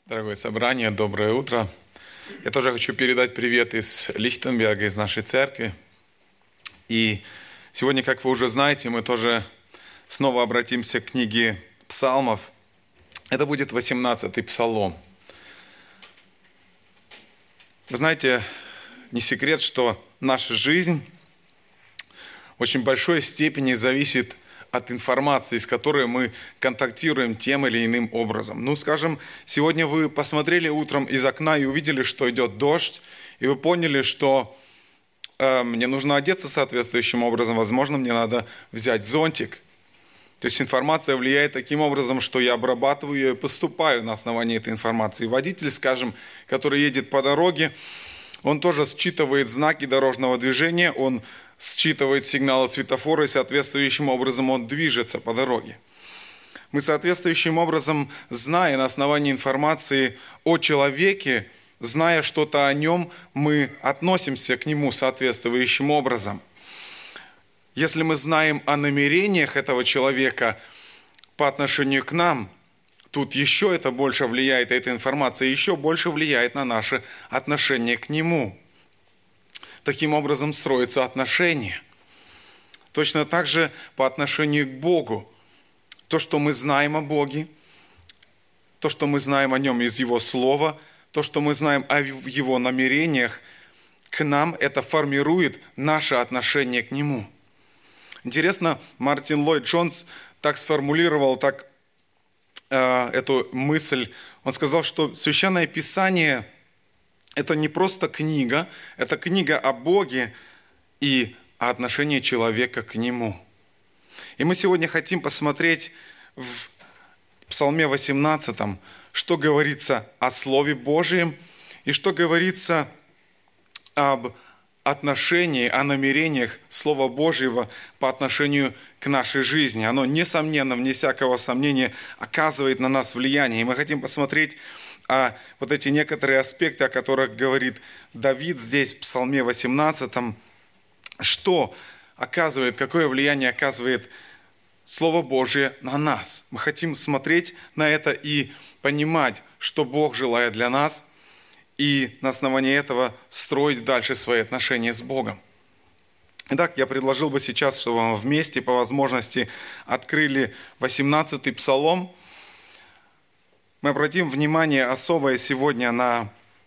Дорогое собрание, доброе утро. Я тоже хочу передать привет из Лихтенберга, из нашей церкви. И сегодня, как вы уже знаете, мы тоже снова обратимся к книге Псалмов. Это будет 18-й Псалом. Вы знаете, не секрет, что наша жизнь в очень большой степени зависит от информации, с которой мы контактируем тем или иным образом. Скажем, сегодня вы посмотрели утром из окна и увидели, что идет дождь, и вы поняли, что мне нужно одеться соответствующим образом, возможно, мне надо взять зонтик. То есть информация влияет таким образом, что я обрабатываю ее и поступаю на основании этой информации. Водитель, скажем, который едет по дороге, он тоже считывает знаки дорожного движения, он считывает сигналы светофора, и соответствующим образом он движется по дороге. Мы соответствующим образом, зная на основании информации о человеке, зная что-то о нем, мы относимся к нему соответствующим образом. Если мы знаем о намерениях этого человека по отношению к нам, тут еще это больше влияет, эта информация еще больше влияет на наше отношение к нему. Таким образом строятся отношения. Точно так же по отношению к Богу. То, что мы знаем о Боге, то, что мы знаем о Нем из Его Слова, то, что мы знаем о Его намерениях, к нам это формирует наше отношение к Нему. Интересно, Мартин Ллойд Джонс так сформулировал эту мысль. Он сказал, что Священное Писание – это не просто книга, это книга о Боге и о отношении человека к Нему. И мы сегодня хотим посмотреть в Псалме 18, что говорится о Слове Божьем и что говорится об отношении, о намерениях Слова Божьего по отношению к нашей жизни. Оно, несомненно, вне всякого сомнения, оказывает на нас влияние. И мы хотим посмотреть вот эти некоторые аспекты, о которых говорит Давид здесь, в Псалме 18, что оказывает, какое влияние оказывает Слово Божие на нас. Мы хотим смотреть на это и понимать, что Бог желает для нас, и на основании этого строить дальше свои отношения с Богом. Итак, я предложил бы сейчас, чтобы мы вместе по возможности открыли 18-й Псалом. Мы обратим внимание особое сегодня на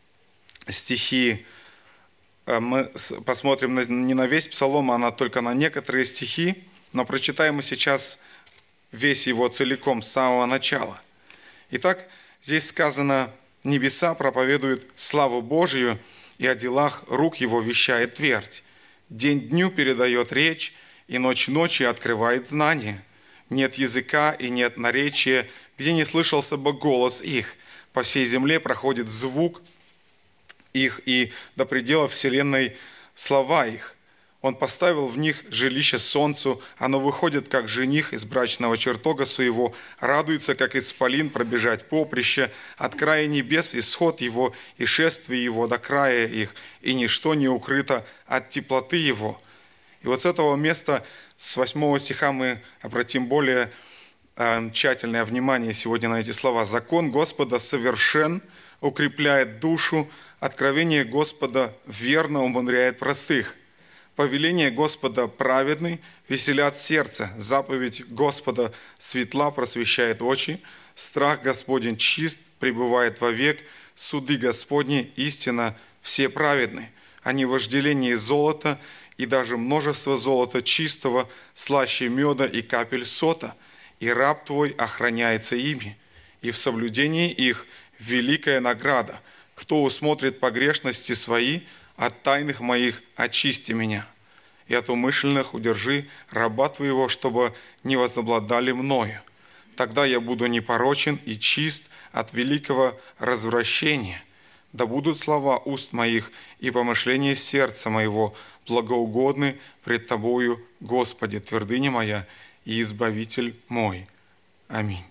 стихи. Мы посмотрим не на весь Псалом, а только на некоторые стихи, но прочитаем мы сейчас весь его целиком с самого начала. Итак, здесь сказано: «Небеса проповедуют славу Божию, и о делах рук его вещает твердь. День дню передает речь, и ночь ночи открывает знание. Нет языка и нет наречия, где не слышался бы голос их. По всей земле проходит звук их, и до предела вселенной слова их. Он поставил в них жилище солнцу, оно выходит, как жених из брачного чертога своего, радуется, как исполин пробежать поприще, от края небес исход его, и шествие его до края их, и ничто не укрыто от теплоты его». И вот с этого места, с 8 стиха, мы обратим более тщательное внимание сегодня на эти слова. «Закон Господа совершен, укрепляет душу, откровение Господа верно умудряет простых. Повеление Господа праведный, веселят сердце, заповедь Господа светла, просвещает очи, страх Господень чист, пребывает вовек, суды Господни истина, все праведны. Они вожделение золота, и даже множество золота чистого, слаще меда и капель сота, и раб твой охраняется ими, и в соблюдении их великая награда. Кто усмотрит погрешности свои, от тайных моих очисти меня, и от умышленных удержи раба твоего, чтобы не возобладали мною. Тогда я буду непорочен и чист от великого развращения. Да будут слова уст моих и помышления сердца моего благоугодны пред Тобою, Господи, твердыня моя и Избавитель мой. Аминь».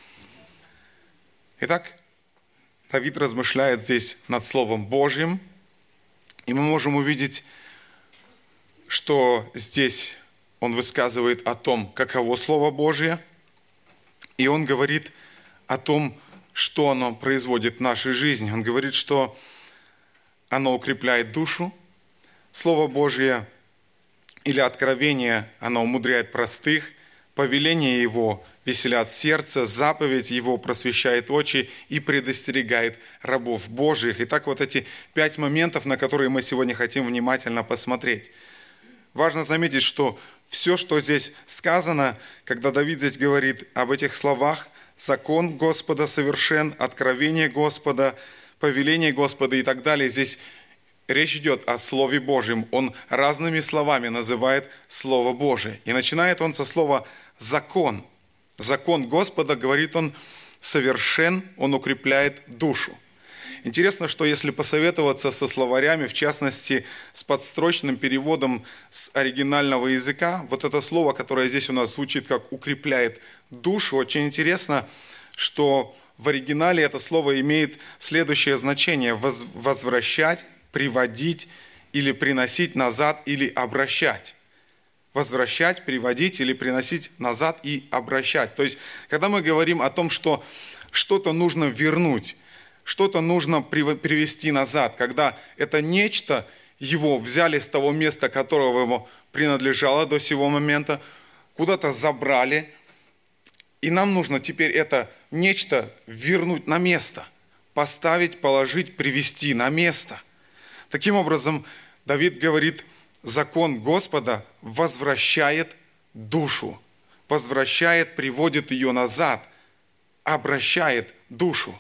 Итак, Давид размышляет здесь над Словом Божьим, и мы можем увидеть, что здесь он высказывает о том, каково Слово Божие, и он говорит о том, что оно производит в нашей жизни. Он говорит, что оно укрепляет душу. Слово Божье или откровение, оно умудряет простых. Повеление Его веселят сердце, заповедь Его просвещает очи и предостерегает рабов Божьих. Итак, вот эти 5 моментов, на которые мы сегодня хотим внимательно посмотреть. Важно заметить, что все, что здесь сказано, когда Давид здесь говорит об этих словах, закон Господа совершен, откровение Господа, повеление Господа и так далее, здесь речь идет о Слове Божьем. Он разными словами называет Слово Божие. И начинает он со слова «закон». Закон Господа, говорит он, совершен, он укрепляет душу. Интересно, что если посоветоваться со словарями, в частности, с подстрочным переводом с оригинального языка, вот это слово, которое здесь у нас звучит как «укрепляет душу», очень интересно, что в оригинале это слово имеет следующее значение – возвращать, приводить или приносить назад или обращать. Возвращать, приводить или приносить назад и обращать. То есть, когда мы говорим о том, что что-то нужно вернуть, что-то нужно привести назад, когда это нечто, его взяли с того места, которого ему принадлежало до сего момента, куда-то забрали, и нам нужно теперь это нечто вернуть на место, поставить, положить, привести на место. Таким образом, Давид говорит, закон Господа возвращает душу, возвращает, приводит ее назад, обращает душу.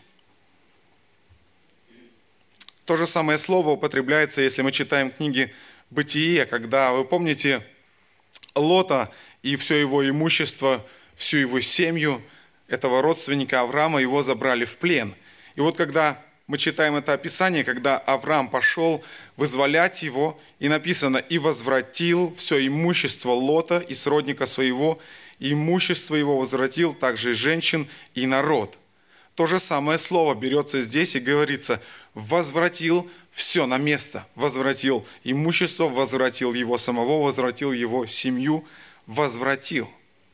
То же самое слово употребляется, если мы читаем книги «Бытие», когда, вы помните, Лота и все его имущество, всю его семью, этого родственника Авраама, его забрали в плен. И вот когда мы читаем это описание, когда Авраам пошел вызволять его, и написано, и возвратил все имущество Лота и сродника своего, и имущество его возвратил также и женщин, и народ. То же самое слово берется здесь и говорится, возвратил все на место, возвратил имущество, возвратил его самого, возвратил его семью, возвратил.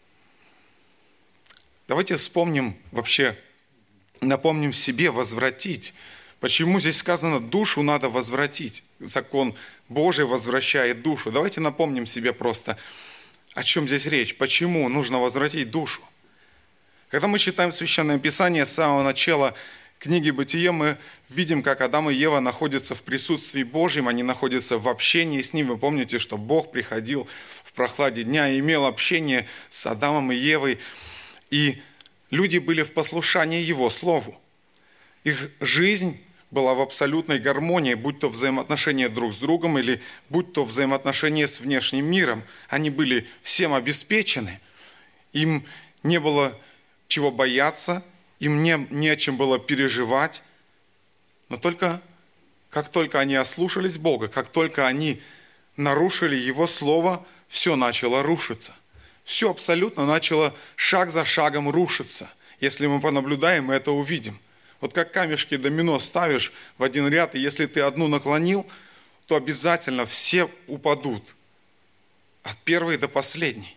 Давайте вспомним вообще, напомним себе возвратить. Почему здесь сказано, душу надо возвратить? Закон Божий возвращает душу. Давайте напомним себе просто, о чем здесь речь. Почему нужно возвратить душу? Когда мы читаем Священное Писание с самого начала книги «Бытие», мы видим, как Адам и Ева находятся в присутствии Божьем, они находятся в общении с Ним. Вы помните, что Бог приходил в прохладе дня и имел общение с Адамом и Евой. И люди были в послушании Его Слову. Их жизнь была в абсолютной гармонии, будь то взаимоотношения друг с другом или будь то взаимоотношения с внешним миром. Они были всем обеспечены. Им не было чего бояться, им не о чем было переживать. Но как только они ослушались Бога, как только они нарушили Его Слово, все начало рушиться. Все абсолютно начало шаг за шагом рушиться. Если мы понаблюдаем, мы это увидим. Вот как камешки домино ставишь в один ряд, и если ты одну наклонил, то обязательно все упадут. От первой до последней.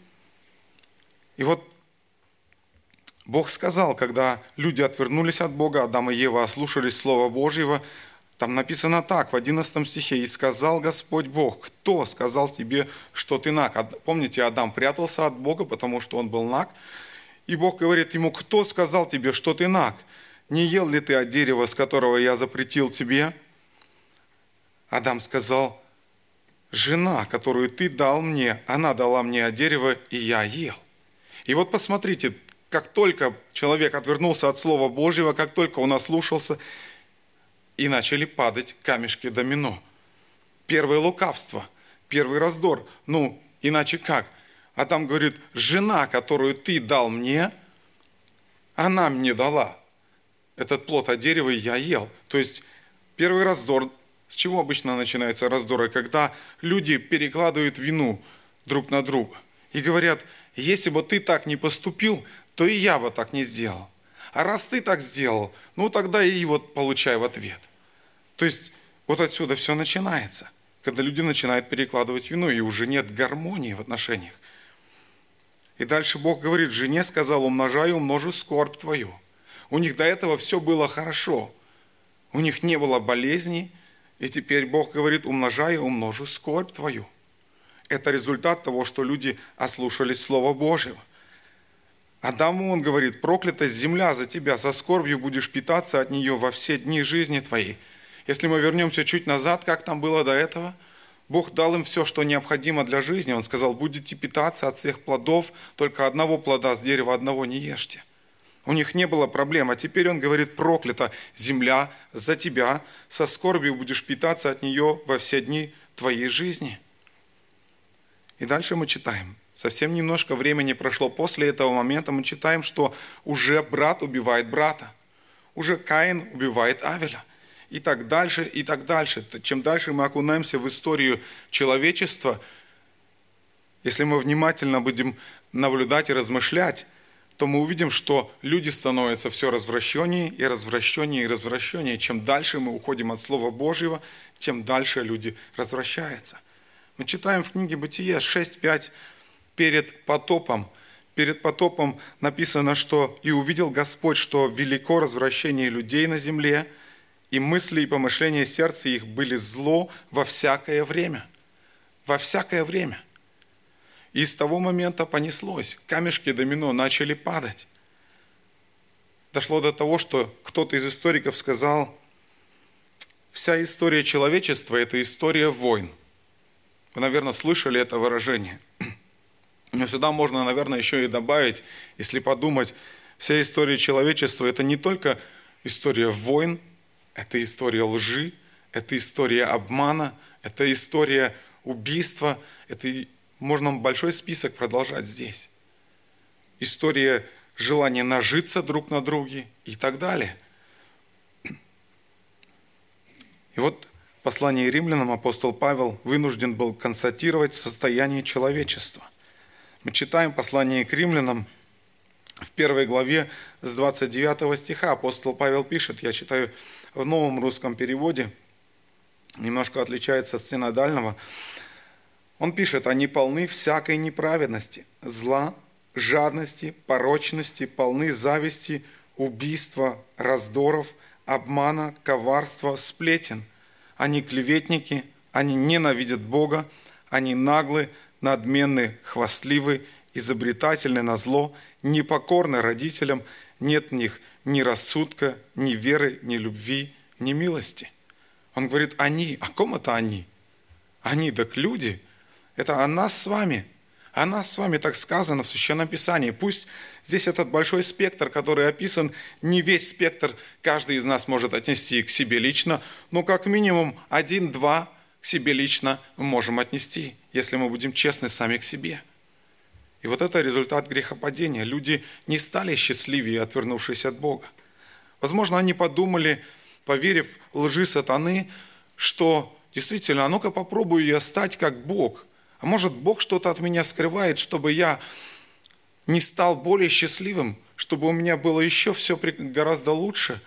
И вот Бог сказал, когда люди отвернулись от Бога, Адам и Ева ослушались Слова Божьего, там написано так, в 11 стихе, «И сказал Господь Бог, кто сказал тебе, что ты наг?» Помните, Адам прятался от Бога, потому что он был наг. И Бог говорит ему, кто сказал тебе, что ты наг? Не ел ли ты от дерева, с которого я запретил тебе? Адам сказал, жена, которую ты дал мне, она дала мне от дерева, и я ел. И вот посмотрите, как только человек отвернулся от Слова Божьего, как только он ослушался, и начали падать камешки домино. Первое лукавство, первый раздор. Иначе как? А там говорит, жена, которую ты дал мне, она мне дала. Этот плод от дерева я ел. То есть первый раздор. С чего обычно начинаются раздоры? Когда люди перекладывают вину друг на друга. И говорят, если бы ты так не поступил, то и я бы так не сделал. А раз ты так сделал, тогда и вот получай в ответ. То есть вот отсюда все начинается, когда люди начинают перекладывать вину, и уже нет гармонии в отношениях. И дальше Бог говорит, жене сказал, умножаю, умножу скорбь твою. У них до этого все было хорошо. У них не было болезней. И теперь Бог говорит: умножай и умножу скорбь твою. Это результат того, что люди ослушались Слова Божьего. Адаму он говорит: проклята земля за тебя, со скорбью будешь питаться от нее во все дни жизни твоей. Если мы вернемся чуть назад, как там было до этого, Бог дал им все, что необходимо для жизни. Он сказал: будете питаться от всех плодов, только одного плода с дерева одного не ешьте. У них не было проблем. А теперь он говорит: проклята земля за тебя, со скорбью будешь питаться от нее во все дни твоей жизни. И дальше мы читаем. Совсем немножко времени прошло после этого момента, мы читаем, что уже брат убивает брата. Уже Каин убивает Авеля. И так дальше, и так дальше. Чем дальше мы окунаемся в историю человечества, если мы внимательно будем наблюдать и размышлять, то мы увидим, что люди становятся все развращеннее и развращеннее и развращеннее. Чем дальше мы уходим от Слова Божьего, тем дальше люди развращаются. Мы читаем в книге Бытия 6:5 перед потопом. Перед потопом написано, что «И увидел Господь, что велико развращение людей на земле, и мысли и помышления сердца их были зло во всякое время». Во всякое время. И с того момента понеслось. Камешки домино начали падать. Дошло до того, что кто-то из историков сказал: вся история человечества – это история войн. Вы, наверное, слышали это выражение. Но сюда можно, наверное, еще и добавить, если подумать, вся история человечества – это не только история войн, это история лжи, это история обмана, это история убийства, это можно большой список продолжать здесь. История желания нажиться друг на друге и так далее. И вот в послании Римлянам апостол Павел вынужден был констатировать состояние человечества. Мы читаем послание к Римлянам в 1 главе с 29 стиха. Апостол Павел пишет, я читаю в новом русском переводе, немножко отличается от синодального. Он пишет: «Они полны всякой неправедности, зла, жадности, порочности, полны зависти, убийства, раздоров, обмана, коварства, сплетен. Они клеветники, они ненавидят Бога, они наглы, надменны, хвастливы, изобретательны на зло, непокорны родителям, нет в них ни рассудка, ни веры, ни любви, ни милости». Он говорит: они. О ком это они? Они, так люди. Это о нас с вами. О нас с вами так сказано в Священном Писании. Пусть здесь этот большой спектр, который описан, не весь спектр каждый из нас может отнести к себе лично, но как минимум 1-2 к себе лично мы можем отнести, если мы будем честны сами к себе. И вот это результат грехопадения. Люди не стали счастливее, отвернувшись от Бога. Возможно, они подумали, поверив лжи сатаны, что действительно, а ну-ка попробую я стать как Бог. А может, Бог что-то от меня скрывает, чтобы я не стал более счастливым, чтобы у меня было еще все гораздо лучше.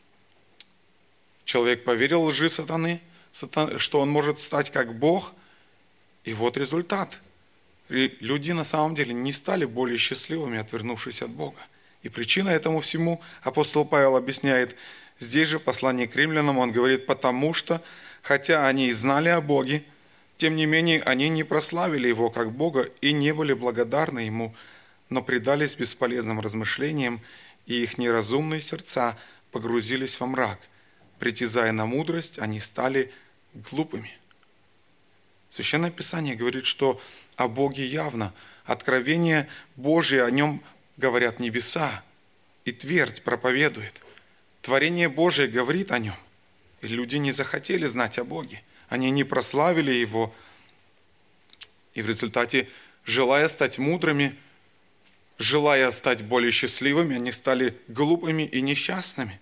Человек поверил лжи сатаны, что он может стать как Бог, и вот результат. И люди на самом деле не стали более счастливыми, отвернувшись от Бога. И причина этому всему апостол Павел объясняет здесь же в послании к Римлянам. Он говорит: потому что, хотя они и знали о Боге, тем не менее они не прославили Его как Бога и не были благодарны Ему, но предались бесполезным размышлениям, и их неразумные сердца погрузились во мрак. Притязая на мудрость, они стали глупыми. Священное Писание говорит, что о Боге явно. Откровение Божие, о Нем говорят небеса, и твердь проповедует. Творение Божие говорит о Нем. И люди не захотели знать о Боге. Они не прославили Его. И в результате, желая стать мудрыми, желая стать более счастливыми, они стали глупыми и несчастными.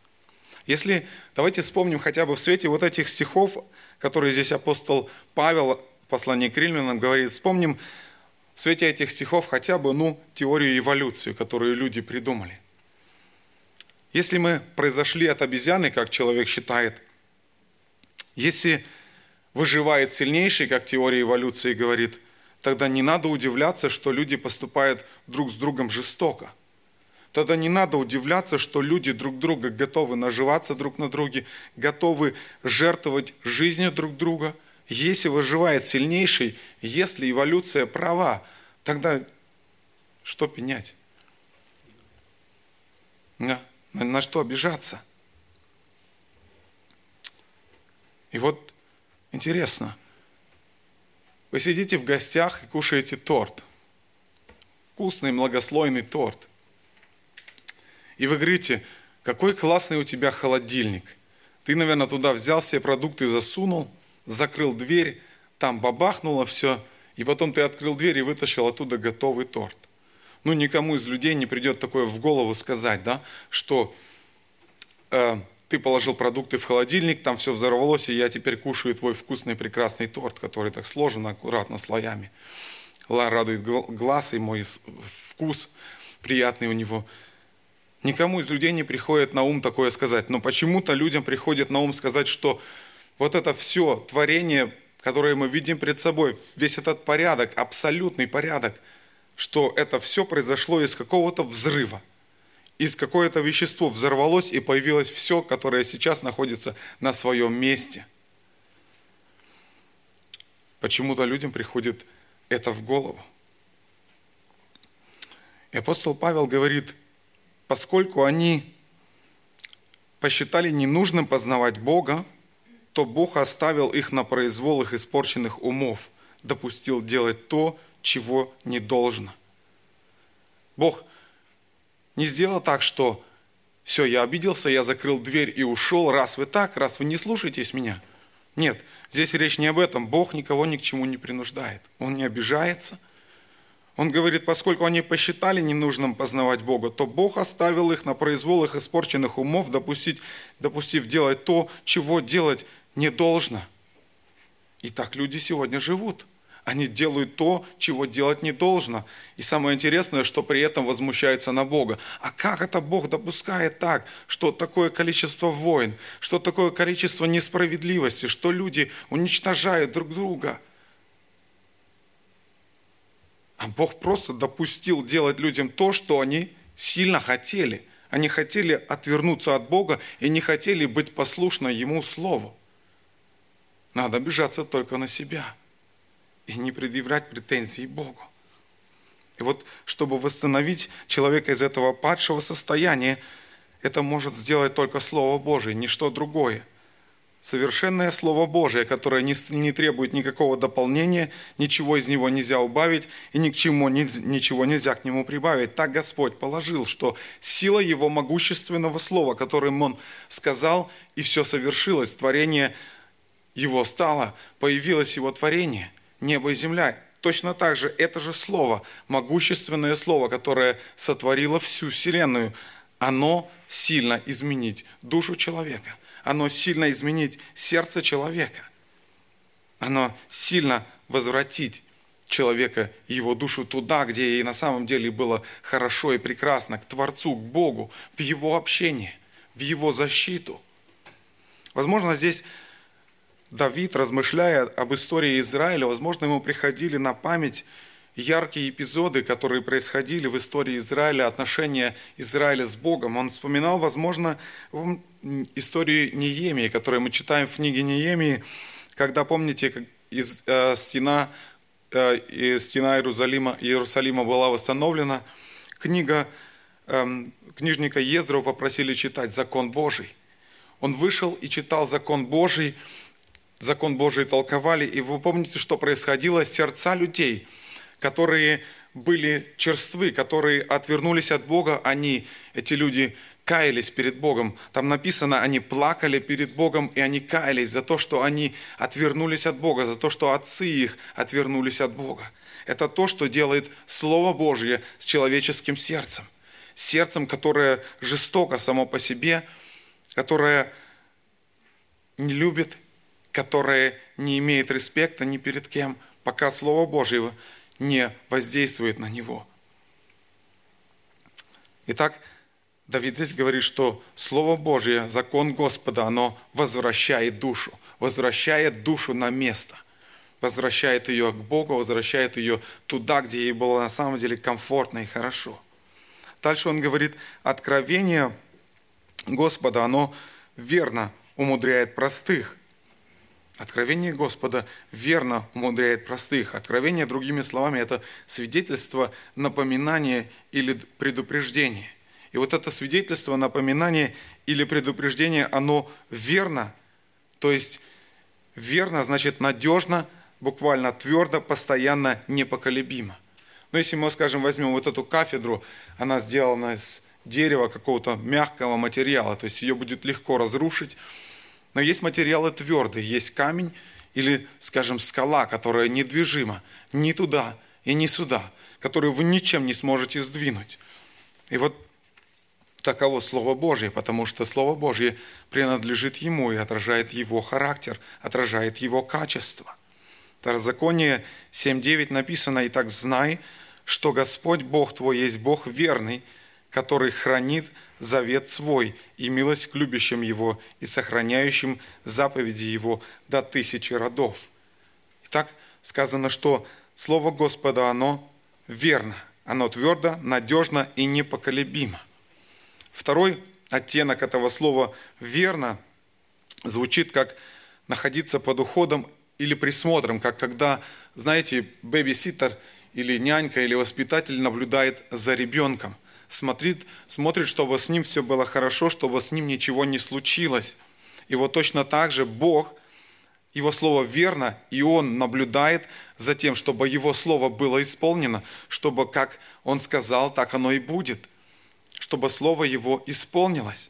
Давайте вспомним хотя бы в свете вот этих стихов, которые здесь апостол Павел в послании к Римлянам говорит, вспомним в свете этих стихов хотя бы теорию эволюции, которую люди придумали. Если мы произошли от обезьяны, как человек считает, если выживает сильнейший, как теория эволюции говорит, тогда не надо удивляться, что люди поступают друг с другом жестоко. тогда не надо удивляться, что люди друг друга готовы наживаться друг на друге, готовы жертвовать жизнью друг друга. Если выживает сильнейший, если эволюция права, тогда что пенять? На что обижаться? И вот интересно, вы сидите в гостях и кушаете торт. Вкусный, многослойный торт. И вы говорите, какой классный у тебя холодильник. Ты, наверное, туда взял все продукты, засунул, закрыл дверь, там бабахнуло все, и потом ты открыл дверь и вытащил оттуда готовый торт. Ну, никому из людей не придет такое в голову сказать, да, что ты положил продукты в холодильник, там все взорвалось, и я теперь кушаю твой вкусный прекрасный торт, который так сложен аккуратно слоями. Радует глаз, и мой вкус приятный у него. Никому из людей не приходит на ум такое сказать, но почему-то людям приходит на ум сказать, что вот это все творение, которое мы видим перед собой, весь этот порядок, абсолютный порядок, что это все произошло из какого-то взрыва, из какое-то вещество взорвалось и появилось все, которое сейчас находится на своем месте. Почему-то людям приходит это в голову. И апостол Павел говорит, поскольку они посчитали ненужным познавать Бога, то Бог оставил их на произвол их испорченных умов, допустил делать то, чего не должно. Бог не сделал так, что все, я обиделся, я закрыл дверь и ушел, раз вы так, раз вы не слушаетесь меня. Нет, здесь речь не об этом. Бог никого ни к чему не принуждает. Он не обижается. Он говорит, поскольку они посчитали ненужным познавать Бога, то Бог оставил их на произвол их испорченных умов, допустив делать то, чего делать не должно. И так люди сегодня живут. Они делают то, чего делать не должно. И самое интересное, что при этом возмущаются на Бога. А как это Бог допускает так, что такое количество войн, что такое количество несправедливости, что люди уничтожают друг друга? А Бог просто допустил делать людям то, что они сильно хотели. Они хотели отвернуться от Бога и не хотели быть послушны Ему Слову. Надо обижаться только на себя и не предъявлять претензий Богу. И вот, чтобы восстановить человека из этого падшего состояния, это может сделать только Слово Божие, ничто другое. Совершенное Слово Божие, которое не требует никакого дополнения, ничего из него нельзя убавить и ничего нельзя к нему прибавить. Так Господь положил, что сила Его могущественного Слова, которым Он сказал, и все совершилось, творение Его стало, появилось Его творение, небо и земля. Точно так же это же Слово, могущественное Слово, которое сотворило всю вселенную, оно сильно изменить душу человека. Оно сильно изменить сердце человека. Оно сильно возвратить человека, его душу туда, где ей на самом деле было хорошо и прекрасно, к Творцу, к Богу, в Его общение, в Его защиту. Возможно, здесь Давид, размышляя об истории Израиля, возможно, ему приходили на память яркие эпизоды, которые происходили в истории Израиля, отношения Израиля с Богом. Он вспоминал, возможно, историю Неемии, которую мы читаем в книге Неемии, когда, помните, как стена Иерусалима была восстановлена, книжника Ездру попросили читать закон Божий. Он вышел и читал закон Божий толковали, и вы помните, что происходило? Сердца людей, которые были черствы, которые отвернулись от Бога, эти люди каялись перед Богом. Там написано, они плакали перед Богом, и они каялись за то, что они отвернулись от Бога, за то, что отцы их отвернулись от Бога. Это то, что делает Слово Божье с человеческим сердцем. Сердцем, которое жестоко само по себе, которое не любит, которое не имеет респекта ни перед кем, пока Слово Божье не воздействует на него. Итак, Давид здесь говорит, что Слово Божье, закон Господа, оно возвращает душу на место, возвращает ее к Богу, возвращает ее туда, где ей было на самом деле комфортно и хорошо. Дальше он говорит, откровение Господа, оно верно умудряет простых. Откровение Господа верно умудряет простых. Откровение, другими словами, это свидетельство, напоминание или предупреждение. И вот это свидетельство, напоминание или предупреждение, оно верно, то есть верно, значит надежно, буквально твердо, постоянно, непоколебимо. Но если мы, скажем, возьмем вот эту кафедру, она сделана из дерева, какого-то мягкого материала, то есть ее будет легко разрушить. Но есть материалы твердые, есть камень или, скажем, скала, которая недвижима ни туда и ни сюда, которую вы ничем не сможете сдвинуть. И вот таково Слово Божье, потому что Слово Божье принадлежит Ему и отражает Его характер, отражает Его качество. Второзаконие 7:9 написано: «Итак, знай, что Господь Бог твой есть Бог верный, который хранит завет свой и милость к любящим Его и сохраняющим заповеди Его до 1000 родов». Итак, сказано, что Слово Господа, оно верно, оно твердо, надежно и непоколебимо. Второй оттенок этого слова «верно» звучит как находиться под уходом или присмотром, как когда, знаете, бэби-ситтер или нянька или воспитатель наблюдает за ребенком. Смотрит, чтобы с ним все было хорошо, чтобы с ним ничего не случилось. И вот точно так же Бог, Его Слово верно, и Он наблюдает за тем, чтобы Его Слово было исполнено, чтобы как Он сказал, так оно и будет, чтобы Слово Его исполнилось.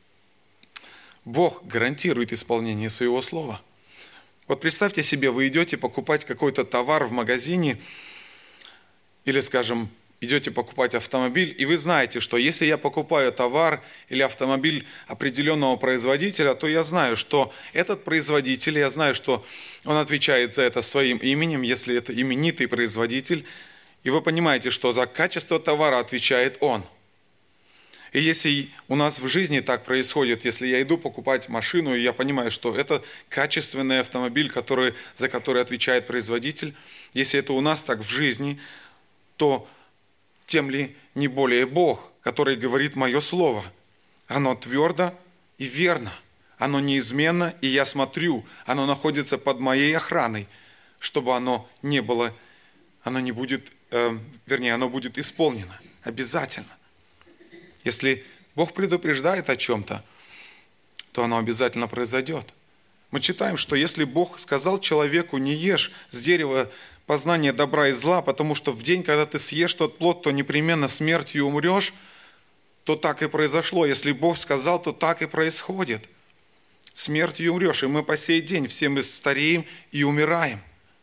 Бог гарантирует исполнение Своего Слова. Вот представьте себе, вы идете покупать какой-то товар в магазине, или, скажем, идете покупать автомобиль, и вы знаете, что если я покупаю товар или автомобиль определенного производителя, то я знаю, что этот производитель, я знаю, что он отвечает за это своим именем, если это именитый производитель, и вы понимаете, что за качество товара отвечает он. И если у нас в жизни так происходит, если я иду покупать машину, и я понимаю, что это качественный автомобиль, за который отвечает производитель, если это у нас так в жизни, то тем ли не более Бог, который говорит мое слово. Оно твердо и верно, оно неизменно, и я смотрю, оно находится под моей охраной, чтобы оно не было, оно не будет, оно будет исполнено обязательно. Если Бог предупреждает о чем-то, то оно обязательно произойдет. Мы читаем, что если Бог сказал человеку: не ешь с дерева познания добра и зла, потому что в день, когда ты съешь тот плод, то непременно смертью умрешь, то так и произошло. Если Бог сказал, то так и происходит. Смертью умрешь, и мы по сей день все мы стареем и умираем.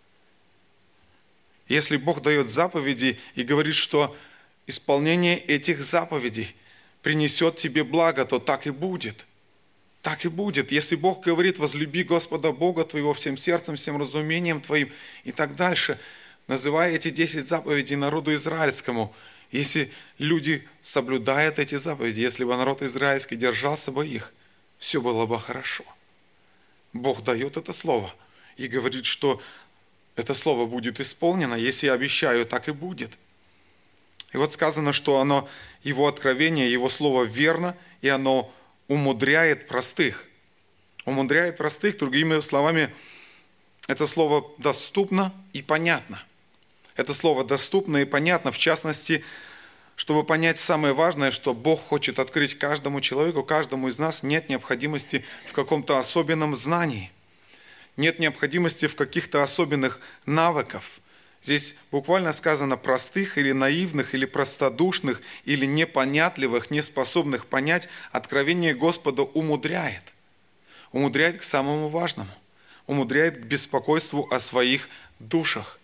Если Бог дает заповеди и говорит, что исполнение этих заповедей принесет тебе благо, то так и будет. Так и будет. Если Бог говорит: возлюби Господа Бога твоего всем сердцем, всем разумением твоим и так дальше, называя эти 10 заповедей народу израильскому, если люди соблюдают эти заповеди, если бы народ израильский держался бы их, все было бы хорошо. Бог дает это слово и говорит, что это слово будет исполнено. Если я обещаю, так и будет. И вот сказано, что Его откровение, Его слово верно, и оно умудряет простых. Умудряет простых, другими словами, это слово доступно и понятно. Это слово доступно и понятно, в частности, чтобы понять самое важное, что Бог хочет открыть каждому человеку, каждому из нас. Нет необходимости в каком-то особенном знании. Нет необходимости в каких-то особенных навыках. Здесь буквально сказано простых или наивных, или простодушных, или непонятливых, неспособных понять. Откровение Господа умудряет. Умудряет к самому важному. Умудряет к беспокойству о своих душах.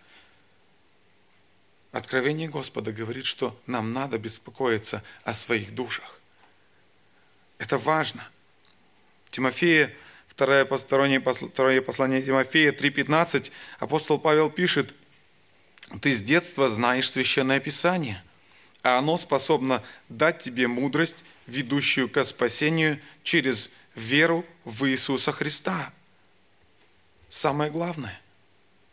Откровение Господа говорит, что нам надо беспокоиться о своих душах. Это важно. Тимофея, второе послание Тимофея 3:15, апостол Павел пишет: «Ты с детства знаешь Священное Писание, а оно способно дать тебе мудрость, ведущую ко спасению через веру в Иисуса Христа». Самое главное,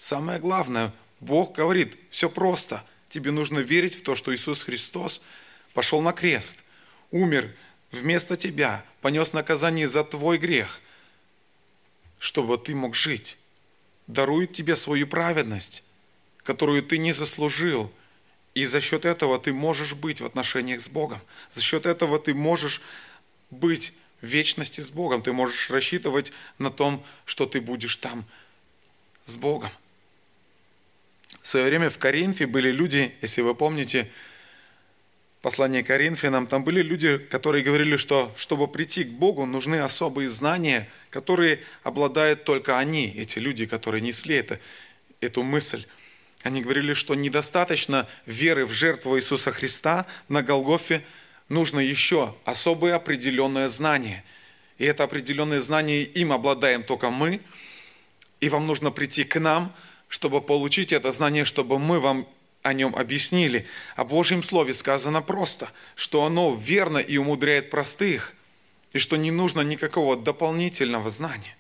Бог говорит: все просто. Тебе нужно верить в то, что Иисус Христос пошел на крест, умер вместо тебя, понес наказание за твой грех, чтобы ты мог жить. Дарует тебе свою праведность, которую ты не заслужил. И за счет этого ты можешь быть в отношениях с Богом. За счет этого ты можешь быть в вечности с Богом. Ты можешь рассчитывать на том, что ты будешь там с Богом. В свое время в Коринфе были люди, если вы помните, послание к Коринфянам, там были люди, которые говорили, что чтобы прийти к Богу, нужны особые знания, которые обладают только они, эти люди, которые несли эту мысль. Они говорили, что недостаточно веры в жертву Иисуса Христа на Голгофе, нужно еще особое определенное знание. И это определенное знание им обладаем только мы, и вам нужно прийти к нам, чтобы получить это знание, чтобы мы вам о нем объяснили. О Божьем Слове сказано просто, что оно верно и умудряет простых, и что не нужно никакого дополнительного знания.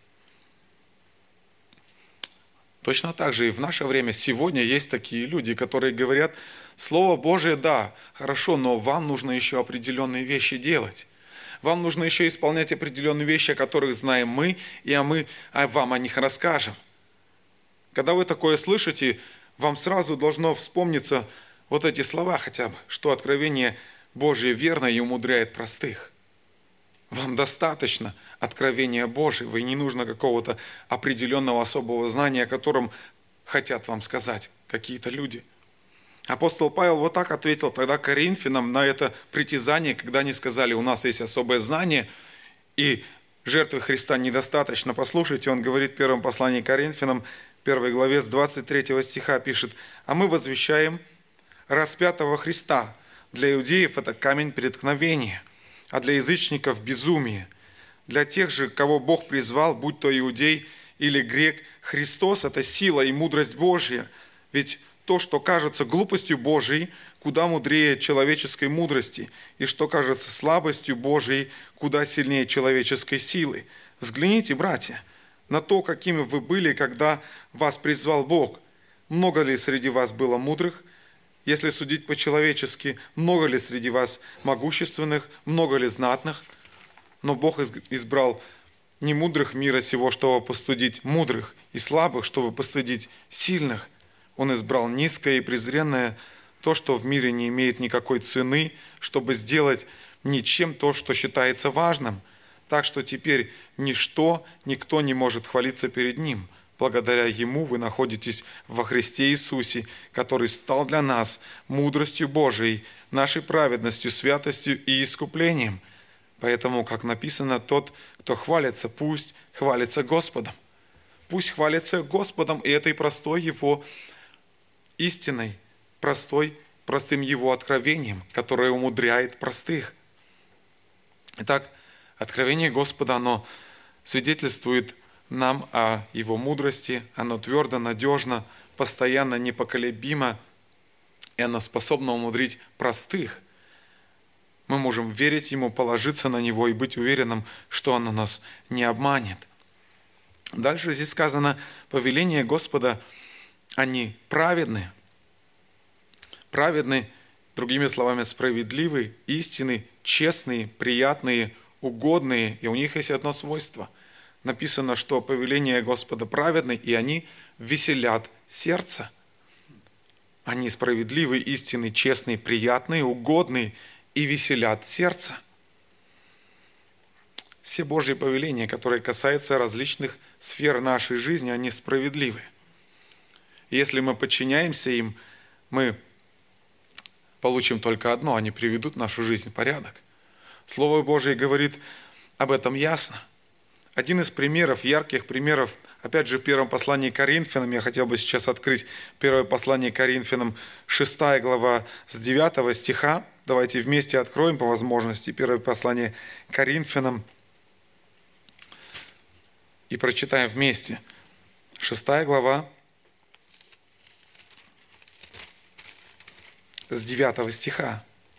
Точно так же и в наше время сегодня есть такие люди, которые говорят, Слово Божие, да, хорошо, но вам нужно еще определенные вещи делать. Вам нужно еще исполнять определенные вещи, о которых знаем мы, и мы вам о них расскажем. Когда вы такое слышите, вам сразу должно вспомниться вот эти слова хотя бы, что откровение Божие верно и умудряет простых. Вам достаточно откровения Божьего, и не нужно какого-то определенного особого знания, о котором хотят вам сказать какие-то люди. Апостол Павел вот так ответил тогда Коринфянам на это притязание, когда они сказали, у нас есть особое знание, и жертвы Христа недостаточно. Послушайте, он говорит в первом послании к Коринфянам, 1 главе с 23 стиха пишет, «А мы возвещаем распятого Христа. Для иудеев это камень преткновения, а для язычников безумие. Для тех же, кого Бог призвал, будь то иудей или грек, Христос – это сила и мудрость Божья. Ведь то, что кажется глупостью Божией, куда мудрее человеческой мудрости, и что кажется слабостью Божией, куда сильнее человеческой силы. Взгляните, братья, на то, какими вы были, когда вас призвал Бог. Много ли среди вас было мудрых? Если судить по-человечески, много ли среди вас могущественных, много ли знатных? Но Бог избрал не мудрых мира сего, чтобы постыдить мудрых, и слабых, чтобы постыдить сильных. Он избрал низкое и презренное, то, что в мире не имеет никакой цены, чтобы сделать ничем то, что считается важным. Так что теперь никто не может хвалиться перед Ним. Благодаря Ему вы находитесь во Христе Иисусе, который стал для нас мудростью Божией, нашей праведностью, святостью и искуплением. Поэтому, как написано, тот, кто хвалится, пусть хвалится Господом. Пусть хвалится Господом и этой простой Его истиной, простым Его откровением, которое умудряет простых. Итак, откровение Господа, оно свидетельствует нам о Его мудрости, оно твердо, надежно, постоянно, непоколебимо, и оно способно умудрить простых. Мы можем верить Ему, положиться на Него и быть уверенным, что оно нас не обманет. Дальше здесь сказано, повеления Господа, они праведны. Праведны, другими словами, справедливые, истинные, честные, приятные, угодные, и у них есть одно свойство. Написано, что повеления Господа праведны, и они веселят сердце. Они справедливые, истинные, честные, приятные, угодные и веселят сердце. Все Божьи повеления, которые касаются различных сфер нашей жизни, они справедливы. Если мы подчиняемся им, мы получим только одно, они приведут нашу жизнь в порядок. Слово Божие говорит об этом ясно. Один из примеров, ярких примеров, опять же, в первом послании к Коринфянам, я хотел бы сейчас открыть первое послание к Коринфянам, 6 глава, с 9 стиха. Давайте вместе откроем по возможности первое послание к Коринфянам и прочитаем вместе. 6 глава, с 9 стиха.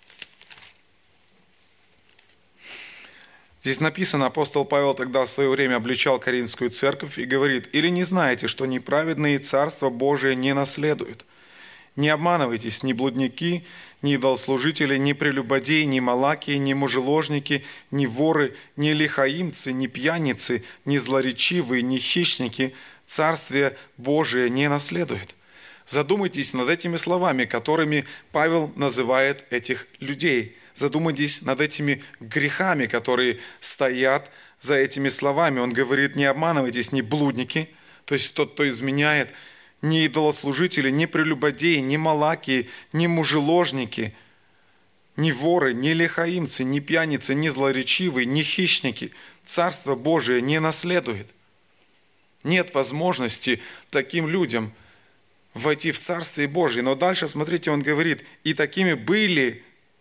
Здесь написано, апостол Павел тогда в свое время обличал Коринфскую церковь и говорит, «Или не знаете, что неправедные царство Божие не наследуют? Не обманывайтесь, ни блудники, ни идолослужители, ни прелюбодеи, ни малакии, ни мужеложники, ни воры, ни лихаимцы, ни пьяницы, ни злоречивые, ни хищники Царствие Божие не наследуют». Задумайтесь над этими словами, которыми Павел называет этих людей. Задумайтесь над этими грехами, которые стоят за этими словами. Он говорит: не обманывайтесь, ни блудники, то есть тот, кто изменяет, ни идолослужители, ни прелюбодеи, ни малакии, ни мужеложники, ни воры, ни лихаимцы, ни пьяницы, ни злоречивые, ни хищники Царство Божие не наследует. Нет возможности таким людям войти в Царствие Божие. Но дальше, смотрите, он говорит: и такими были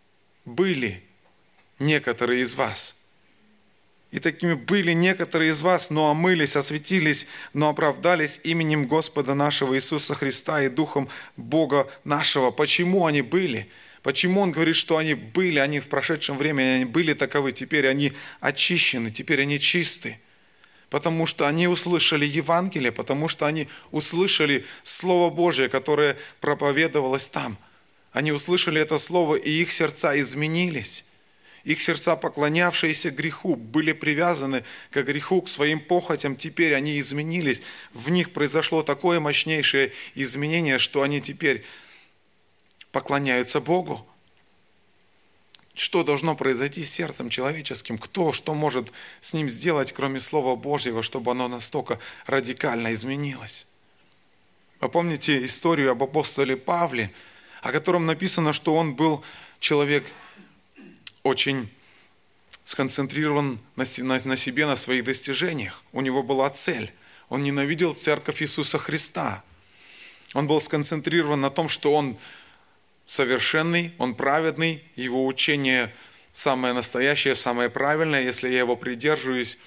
некоторые из вас. И такими были некоторые из вас, но омылись, осветились, но оправдались именем Господа нашего Иисуса Христа и Духом Бога нашего. Почему они были? Почему он говорит, что они были, они в прошедшем времени, они были таковы, теперь они очищены, теперь они чисты? Потому что они услышали Евангелие, потому что они услышали Слово Божие, которое проповедовалось там. Они услышали это Слово, и их сердца изменились. Их сердца, поклонявшиеся греху, были привязаны к греху, к своим похотям. Теперь они изменились. В них произошло такое мощнейшее изменение, что они теперь поклоняются Богу. Что должно произойти с сердцем человеческим? Что может с ним сделать, кроме Слова Божьего, чтобы оно настолько радикально изменилось? Вы помните историю об апостоле Павле, о котором написано, что он был человек очень сконцентрирован на себе, на своих достижениях. У него была цель. Он ненавидел церковь Иисуса Христа. Он был сконцентрирован на том, что он совершенный, он праведный, его учение самое настоящее, самое правильное, если я его придерживаюсь.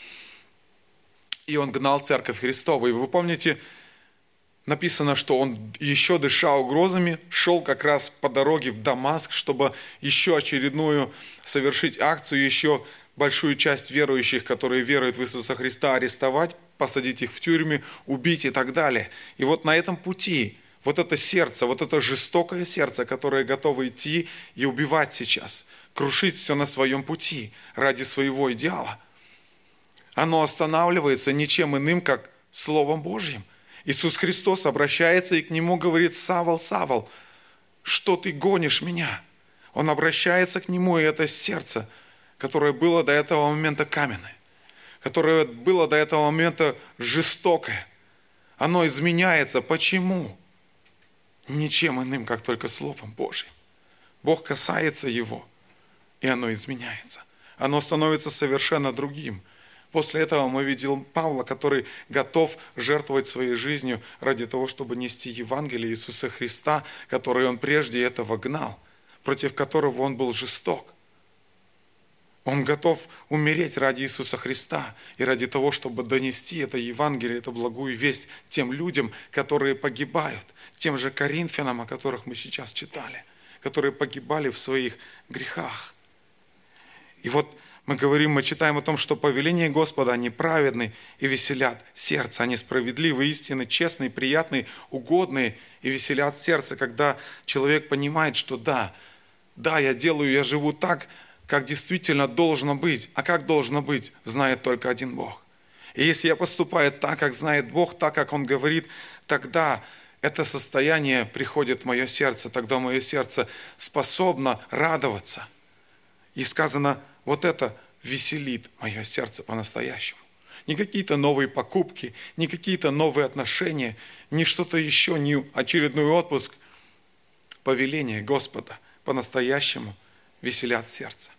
И он гнал церковь Христову. И вы помните, написано, что он, еще дыша угрозами, шел как раз по дороге в Дамаск, чтобы еще очередную совершить акцию, еще большую часть верующих, которые веруют в Иисуса Христа, арестовать, посадить их в тюрьму, убить и так далее. И вот на этом пути вот это сердце, вот это жестокое сердце, которое готово идти и убивать сейчас, крушить все на своем пути ради своего идеала, оно останавливается ничем иным, как Словом Божьим. Иисус Христос обращается и к нему говорит: «Савл, Савл, что ты гонишь меня?» Он обращается к нему, и это сердце, которое было до этого момента каменное, которое было до этого момента жестокое, оно изменяется. Почему? Ничем иным, как только Словом Божьим. Бог касается его, и оно изменяется. Оно становится совершенно другим. После этого мы видим Павла, который готов жертвовать своей жизнью ради того, чтобы нести Евангелие Иисуса Христа, который он прежде этого гнал, против которого он был жесток. Он готов умереть ради Иисуса Христа и ради того, чтобы донести это Евангелие, эту благую весть тем людям, которые погибают, тем же Коринфянам, о которых мы сейчас читали, которые погибали в своих грехах. И вот мы читаем о том, что повеления Господа, они праведны и веселят сердце, они справедливы, истинны, честные, приятные, угодные и веселят сердце, когда человек понимает, что да, я живу так, как действительно должно быть. А как должно быть, знает только один Бог. И если я поступаю так, как знает Бог, так, как Он говорит, тогда это состояние приходит в мое сердце, тогда мое сердце способно радоваться. И сказано, вот это веселит мое сердце по-настоящему. Не какие-то новые покупки, не какие-то новые отношения, не что-то еще, не очередной отпуск. Повеление Господа по-настоящему веселят сердце.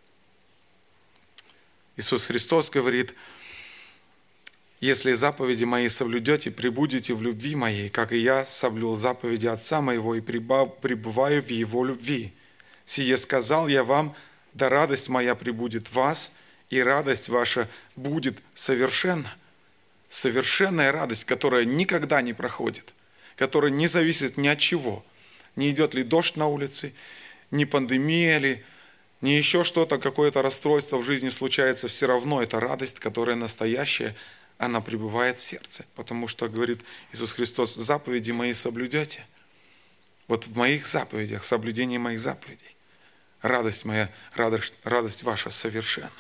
Иисус Христос говорит: «Если заповеди мои соблюдете, пребудете в любви моей, как и я соблюл заповеди Отца моего и пребываю в Его любви. Сие сказал я вам, да радость моя пребудет в вас, и радость ваша будет совершенна». Совершенная радость, которая никогда не проходит, которая не зависит ни от чего. Не идет ли дождь на улице, ни пандемия ли, ни еще что-то, какое-то расстройство в жизни случается, все равно это радость, которая настоящая, она пребывает в сердце. Потому что, говорит Иисус Христос, заповеди мои соблюдете, Вот в моих заповедях, в соблюдении моих заповедей. Радость моя, радость ваша совершенна.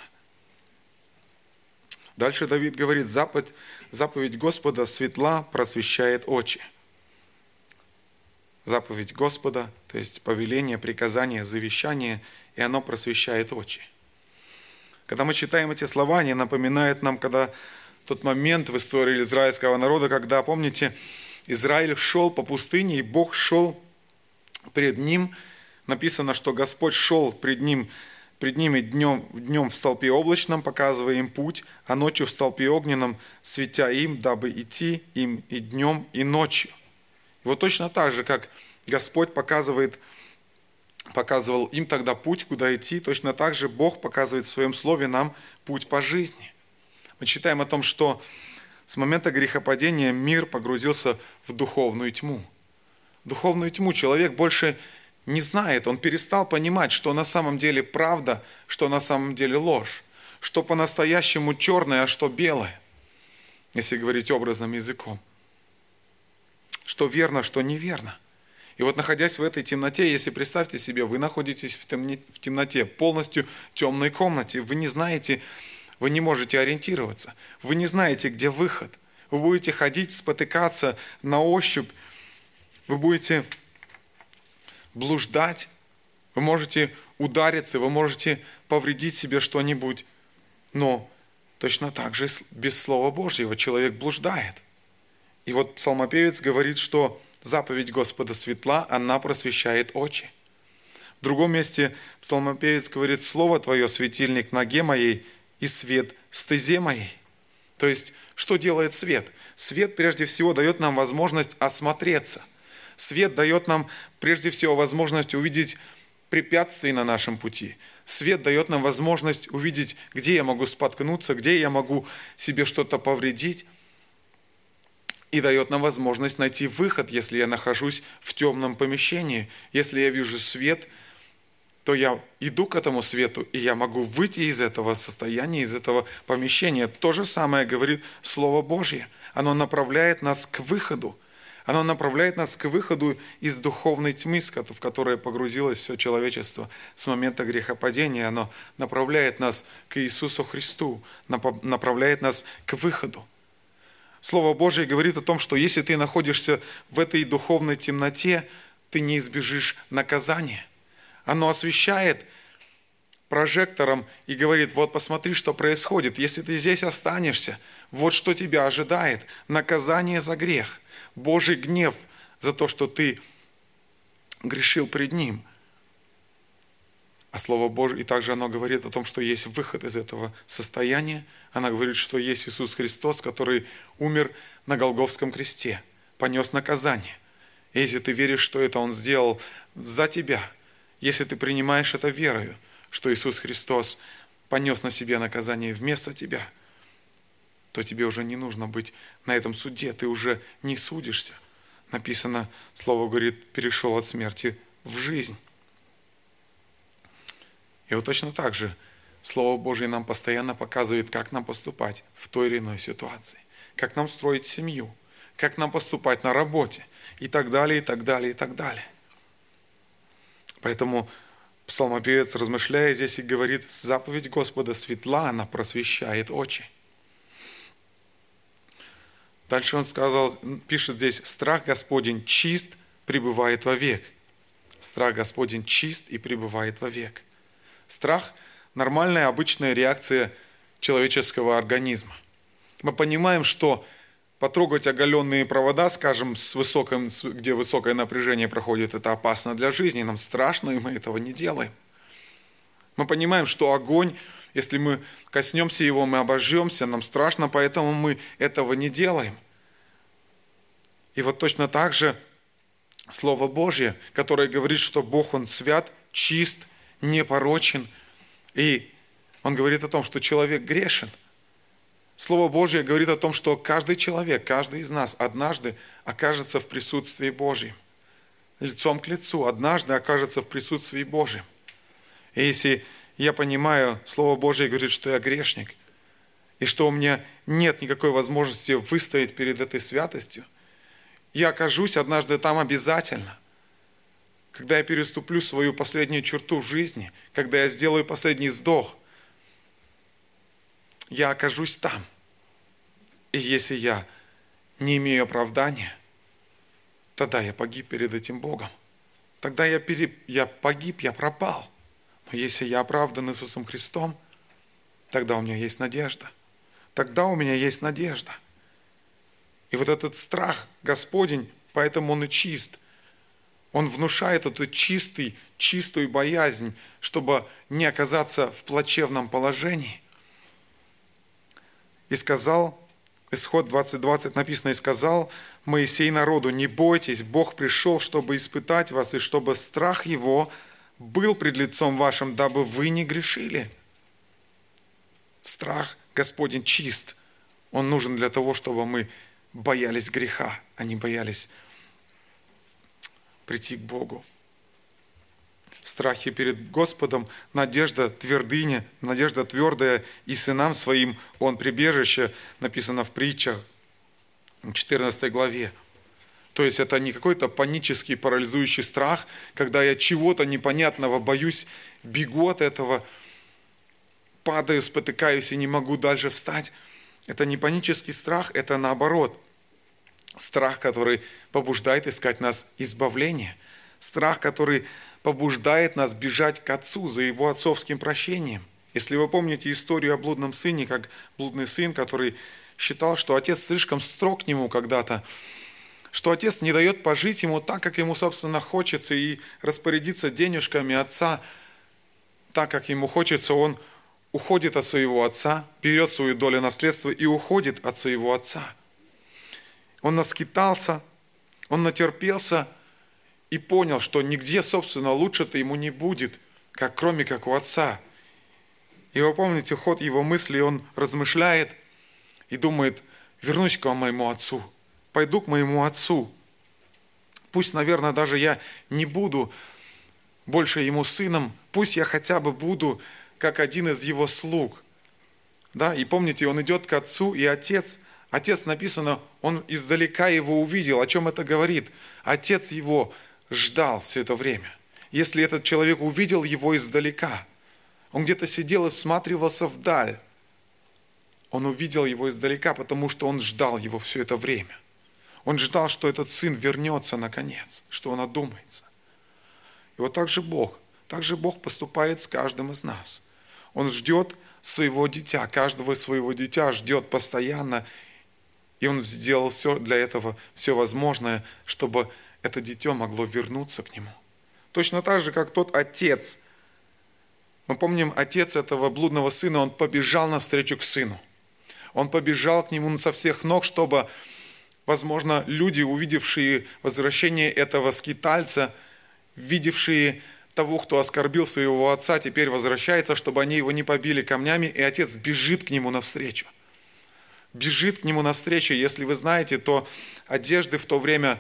Дальше Давид говорит, заповедь Господа светла, просвещает очи. Заповедь Господа, то есть повеление, приказание, завещание, и оно просвещает очи. Когда мы читаем эти слова, они напоминают нам, когда тот момент в истории израильского народа, когда, помните, Израиль шел по пустыне, и Бог шел пред ним. Написано, что Господь шел пред ними днем в столпе облачном, показывая им путь, а ночью в столпе огненном, светя им, дабы идти им и днем, и ночью. И вот точно так же, как Господь показывал им тогда путь, куда идти, точно так же Бог показывает в Своем Слове нам путь по жизни. Мы читаем о том, что с момента грехопадения мир погрузился в духовную тьму. В духовную тьму человек больше не знает, он перестал понимать, что на самом деле правда, что на самом деле ложь, что по-настоящему черное, а что белое, если говорить образным языком. Что верно, что неверно. И вот находясь в этой темноте, если представьте себе, вы находитесь в темноте, полностью темной комнате, вы не знаете, вы не можете ориентироваться, вы не знаете, где выход. Вы будете ходить, спотыкаться на ощупь, вы будете блуждать, вы можете удариться, вы можете повредить себе что-нибудь. Но точно так же без Слова Божьего человек блуждает. И вот псалмопевец говорит, что заповедь Господа светла, она просвещает очи. В другом месте псалмопевец говорит, Слово Твое, светильник ноге моей и свет стезе моей. То есть, что делает свет? Свет, прежде всего, дает нам возможность осмотреться. Свет дает нам, прежде всего, возможность увидеть препятствия на нашем пути. Свет дает нам возможность увидеть, где я могу споткнуться, где я могу себе что-то повредить. И дает нам возможность найти выход, если я нахожусь в темном помещении. Если я вижу свет, то я иду к этому свету, и я могу выйти из этого состояния, из этого помещения. То же самое говорит Слово Божье. Оно направляет нас к выходу. Оно направляет нас к выходу из духовной тьмы, в которой погрузилось все человечество с момента грехопадения. Оно направляет нас к Иисусу Христу, направляет нас к выходу. Слово Божие говорит о том, что если ты находишься в этой духовной темноте, ты не избежишь наказания. Оно освещает прожектором и говорит, вот посмотри, что происходит. Если ты здесь останешься, вот что тебя ожидает. Наказание за грех. Божий гнев за то, что ты грешил пред Ним. А Слово Божие, и также оно говорит о том, что есть выход из этого состояния. Оно говорит, что есть Иисус Христос, который умер на Голгофском кресте, понес наказание. И если ты веришь, что это Он сделал за тебя, если ты принимаешь это верою, что Иисус Христос понес на себе наказание вместо тебя, то тебе уже не нужно быть на этом суде, ты уже не судишься. Написано, Слово говорит, перешел от смерти в жизнь. И вот точно так же Слово Божие нам постоянно показывает, как нам поступать в той или иной ситуации, как нам строить семью, как нам поступать на работе и так далее, и так далее, и так далее. Поэтому псалмопевец, размышляя здесь, и говорит, заповедь Господа светла, она просвещает очи. Дальше он пишет здесь, страх Господень чист, пребывает вовек. Страх Господень чист и пребывает вовек. Страх – нормальная, обычная реакция человеческого организма. Мы понимаем, что потрогать оголенные провода, скажем, где высокое напряжение проходит, это опасно для жизни, нам страшно, и мы этого не делаем. Мы понимаем, что огонь, если мы коснемся его, мы обожжемся, нам страшно, поэтому мы этого не делаем. И вот точно так же Слово Божье, которое говорит, что Бог, Он свят, чист, непорочен, и Он говорит о том, что человек грешен. Слово Божье говорит о том, что каждый человек, каждый из нас однажды окажется в присутствии Божьем. Лицом к лицу однажды окажется в присутствии Божьем. И если я понимаю, Слово Божье говорит, что я грешник, и что у меня нет никакой возможности выстоять перед этой святостью, я окажусь однажды там обязательно. когда я переступлю свою последнюю черту в жизни, когда я сделаю последний вздох, я окажусь там. И если я не имею оправдания, тогда я погиб перед этим Богом. Тогда я погиб, я пропал. Но если я оправдан Иисусом Христом, тогда у меня есть надежда. Тогда у меня есть надежда. И вот этот страх Господень, поэтому Он и чист. Он внушает эту чистую боязнь, чтобы не оказаться в плачевном положении. И сказал, Исход 20:20 написано, и сказал Моисей народу: не бойтесь, Бог пришел, чтобы испытать вас, и чтобы страх Его был пред лицом вашим, дабы вы не грешили. Страх Господень чист. Он нужен для того, чтобы мы боялись греха, а не боялись прийти к Богу. В страхе перед Господом надежда твердыня, надежда твердая, и сынам своим Он прибежище, написано в притчах, в 14 главе. То есть это не какой-то панический, парализующий страх, когда я чего-то непонятного боюсь, бегу от этого, падаю, спотыкаюсь и не могу дальше встать. Это не панический страх, это наоборот. Страх, который побуждает искать нас избавление. Страх, который побуждает нас бежать к Отцу за Его отцовским прощением. Если вы помните историю о блудном сыне, как блудный сын, который считал, что отец слишком строг к нему когда-то, что отец не дает пожить ему так, как ему, собственно, хочется, и распорядиться денежками отца так, как ему хочется, он уходит от своего отца, берет свою долю наследства и уходит от своего отца. Он наскитался, он натерпелся и понял, что нигде, собственно, лучше-то ему не будет, кроме как у отца. И вы помните ход его мыслей, он размышляет и думает: вернусь к моему отцу, пойду к моему отцу. Пусть, наверное, даже я не буду больше ему сыном, пусть я хотя бы буду как один из его слуг. Да? И помните, он идет к отцу, и отец, написано, он издалека его увидел. О чем это говорит? Отец его ждал все это время. Если этот человек увидел его издалека, он где-то сидел и всматривался вдаль, он увидел его издалека, потому что он ждал его все это время. Он ждал, что этот сын вернется наконец, что он одумается. И вот так же Бог поступает с каждым из нас. Он ждет своего дитя, каждого своего дитя ждет постоянно, и он сделал все для этого, все возможное, чтобы это дитё могло вернуться к нему. Точно так же, как тот отец. Мы помним, отец этого блудного сына, он побежал навстречу к сыну. Он побежал к нему со всех ног, чтобы, возможно, люди, увидевшие возвращение этого скитальца, видевшие того, кто оскорбил своего отца, теперь возвращается, чтобы они его не побили камнями, и отец бежит к нему навстречу. Бежит к нему навстречу. Если вы знаете, то одежды в то время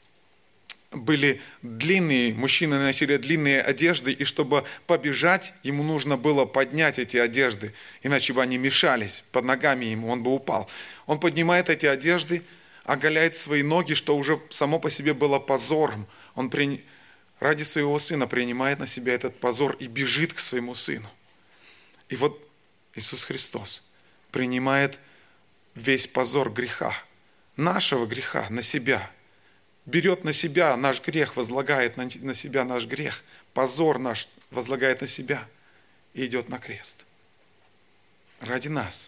были длинные, мужчины носили длинные одежды, и чтобы побежать, ему нужно было поднять эти одежды, иначе бы они мешались под ногами ему, он бы упал. Он поднимает эти одежды, оголяет свои ноги, что уже само по себе было позором. Он ради своего сына принимает на себя этот позор и бежит к своему сыну. И вот Иисус Христос принимает весь позор греха, нашего греха на себя, берет на себя наш грех, возлагает на себя наш грех, позор наш возлагает на себя и идет на крест. Ради нас.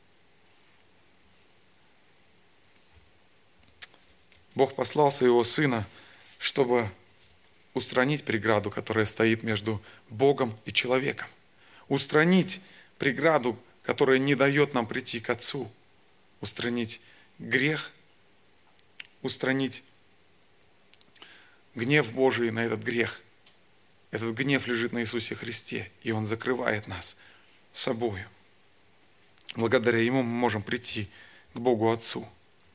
Бог послал своего Сына, чтобы устранить преграду, которая стоит между Богом и человеком. Устранить преграду, которая не дает нам прийти к Отцу. Устранить грех, устранить гнев Божий на этот грех. Этот гнев лежит на Иисусе Христе, и Он закрывает нас собою. Благодаря Ему мы можем прийти к Богу Отцу.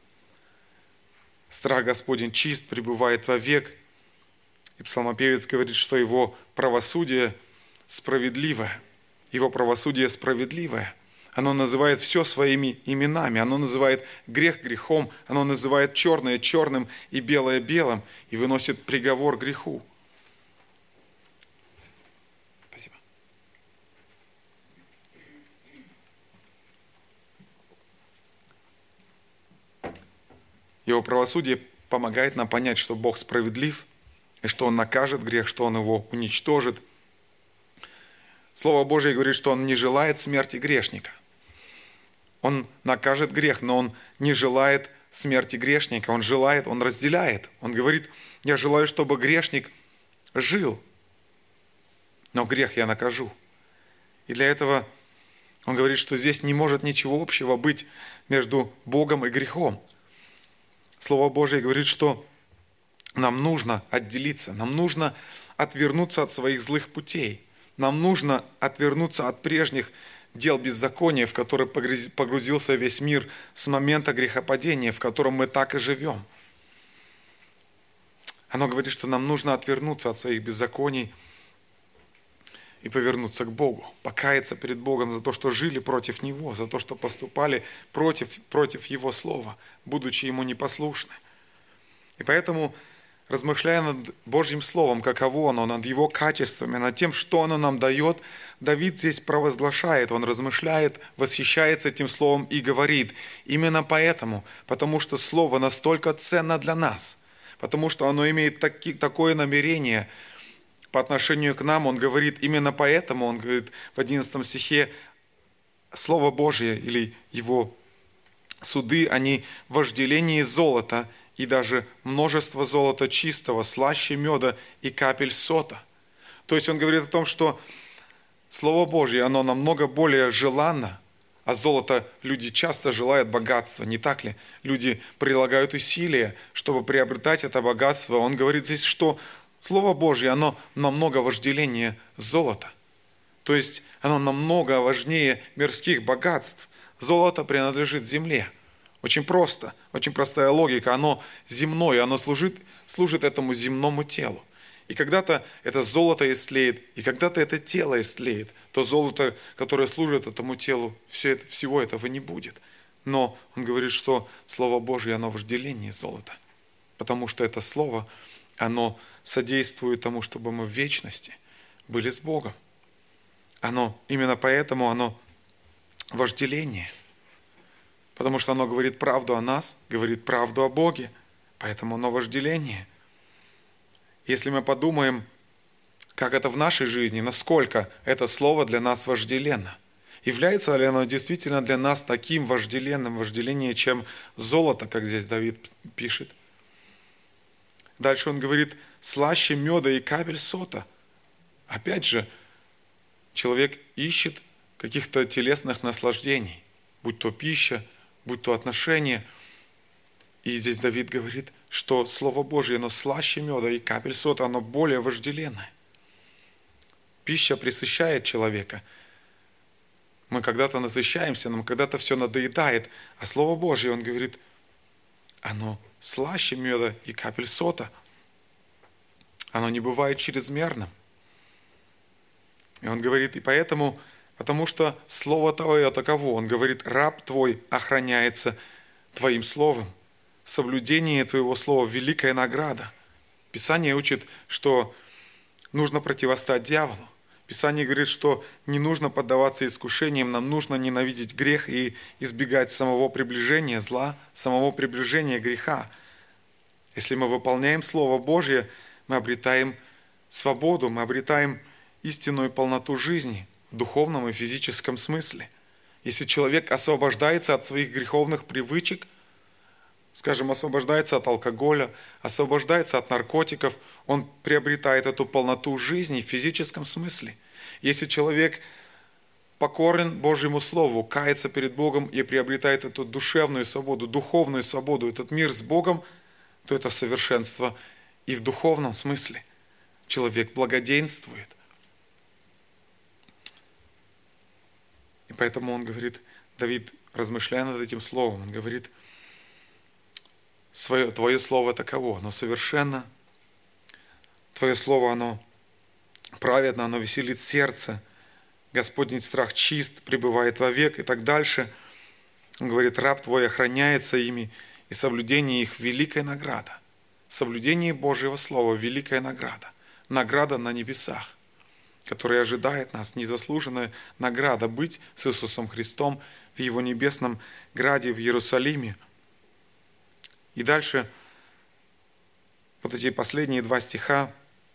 Страх Господень чист, пребывает вовек. И псалмопевец говорит, что Его правосудие справедливое. Его правосудие справедливое. Оно называет все своими именами. Оно называет грех грехом. Оно называет черное черным и белое белым. И выносит приговор греху. Его правосудие помогает нам понять, что Бог справедлив, и что Он накажет грех, что Он его уничтожит. Слово Божье говорит, что Он не желает смерти грешника. Он накажет грех, но Он не желает смерти грешника. Он желает, Он разделяет. Он говорит: я желаю, чтобы грешник жил, но грех я накажу. И для этого Он говорит, что здесь не может ничего общего быть между Богом и грехом. Слово Божье говорит, что нам нужно отделиться, нам нужно отвернуться от своих злых путей, нам нужно отвернуться от прежних дел беззакония, в которые погрузился весь мир с момента грехопадения, в котором мы так и живем. Оно говорит, что нам нужно отвернуться от своих беззаконий и повернуться к Богу, покаяться перед Богом за то, что жили против Него, за то, что поступали против Его Слова, будучи Ему непослушны. И поэтому, размышляя над Божьим Словом, каково оно, над Его качествами, над тем, что оно нам дает, Давид здесь провозглашает, он размышляет, восхищается этим Словом и говорит: именно поэтому, потому что Слово настолько ценно для нас, потому что оно имеет такое намерение по отношению к нам, он говорит, именно поэтому, он говорит в 11 стихе, Слово Божье или Его суды, они вожделение золота, и даже множество золота чистого, слаще меда и капель сота. То есть он говорит о том, что Слово Божье, оно намного более желанно, а золото люди часто желают богатства, не так ли? Люди прилагают усилия, чтобы приобретать это богатство. Он говорит здесь, что Слово Божье, оно намного вожделеннее золота. То есть оно намного важнее мирских богатств. Золото принадлежит земле. Очень просто, очень простая логика. Оно земное, оно служит этому земному телу. И когда-то это золото истлеет, и когда-то это тело истлеет. То золото, которое служит этому телу, всего этого не будет. Но он говорит, что Слово Божье, оно вожделение золота. Потому что это Слово, оно содействует тому, чтобы мы в вечности были с Богом. Именно поэтому оно вожделение. Потому что оно говорит правду о нас, говорит правду о Боге. Поэтому оно вожделение. Если мы подумаем, как это в нашей жизни, насколько это слово для нас вожделенно, является ли оно действительно для нас таким вожделение, чем золото, как здесь Давид пишет. Дальше он говорит, слаще меда и капель сота. Опять же, человек ищет каких-то телесных наслаждений, будь то пища, будь то отношения. И здесь Давид говорит, что Слово Божье, оно слаще меда и капель сота, оно более вожделенное. Пища пресыщает человека. Мы когда-то насыщаемся, нам когда-то все надоедает. А Слово Божье, он говорит, оно слаще меда и капель сота. Оно не бывает чрезмерным. И он говорит, и поэтому, потому что Слово Твое таково, он говорит, раб Твой охраняется Твоим Словом. Соблюдение Твоего Слова – великая награда. Писание учит, что нужно противостать дьяволу. Писание говорит, что не нужно поддаваться искушениям, нам нужно ненавидеть грех и избегать самого приближения зла, самого приближения греха. Если мы выполняем Слово Божье, мы обретаем свободу, мы обретаем истинную полноту жизни в духовном и физическом смысле. Если человек освобождается от своих греховных привычек, скажем, освобождается от алкоголя, освобождается от наркотиков, он приобретает эту полноту жизни в физическом смысле. Если человек покорен Божьему Слову, кается перед Богом и приобретает эту душевную свободу, духовную свободу, этот мир с Богом, то это совершенство и в духовном смысле. Человек благоденствует. И поэтому он говорит, Давид, размышляя над этим словом, он говорит, Твое слово таково, оно совершенно, Твое слово, оно праведно, оно веселит сердце, Господний страх чист, пребывает вовек и так дальше. Он говорит, раб Твой охраняется ими, и соблюдение их – великая награда. Соблюдение Божьего Слова – великая награда. Награда на небесах, которая ожидает нас, незаслуженная награда быть с Иисусом Христом в Его небесном граде в Иерусалиме. И дальше вот эти последние 2 стиха,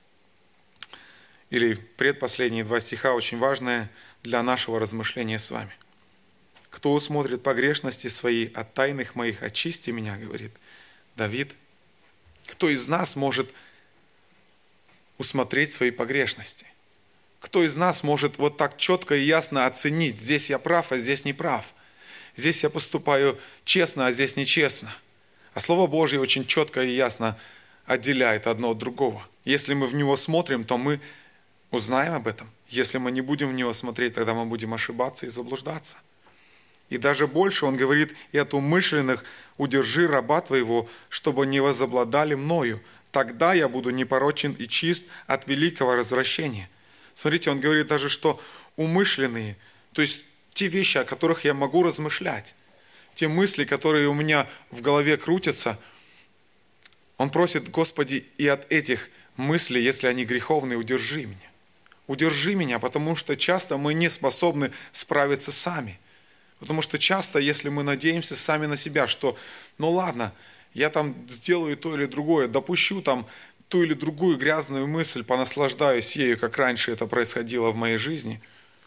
или предпоследние 2 стиха, очень важные для нашего размышления с вами. «Кто усмотрит погрешности свои от тайных моих, очисти меня», говорит Давид. Кто из нас может усмотреть свои погрешности? Кто из нас может вот так четко и ясно оценить, здесь я прав, а здесь не прав? Здесь я поступаю честно, а здесь нечестно. А Слово Божье очень четко и ясно отделяет одно от другого. Если мы в него смотрим, то мы узнаем об этом. Если мы не будем в него смотреть, тогда мы будем ошибаться и заблуждаться. И даже больше он говорит: «И от умышленных удержи раба твоего, чтобы не возобладали мною. Тогда я буду непорочен и чист от великого развращения». Смотрите, он говорит даже, что умышленные, то есть те вещи, о которых я могу размышлять, те мысли, которые у меня в голове крутятся, он просит: Господи, и от этих мыслей, если они греховные, удержи меня. Удержи меня, потому что часто мы не способны справиться сами. Потому что часто, если мы надеемся сами на себя, что ну ладно, я там сделаю то или другое, допущу там ту или другую грязную мысль, понаслаждаюсь ею, как раньше это происходило в моей жизни,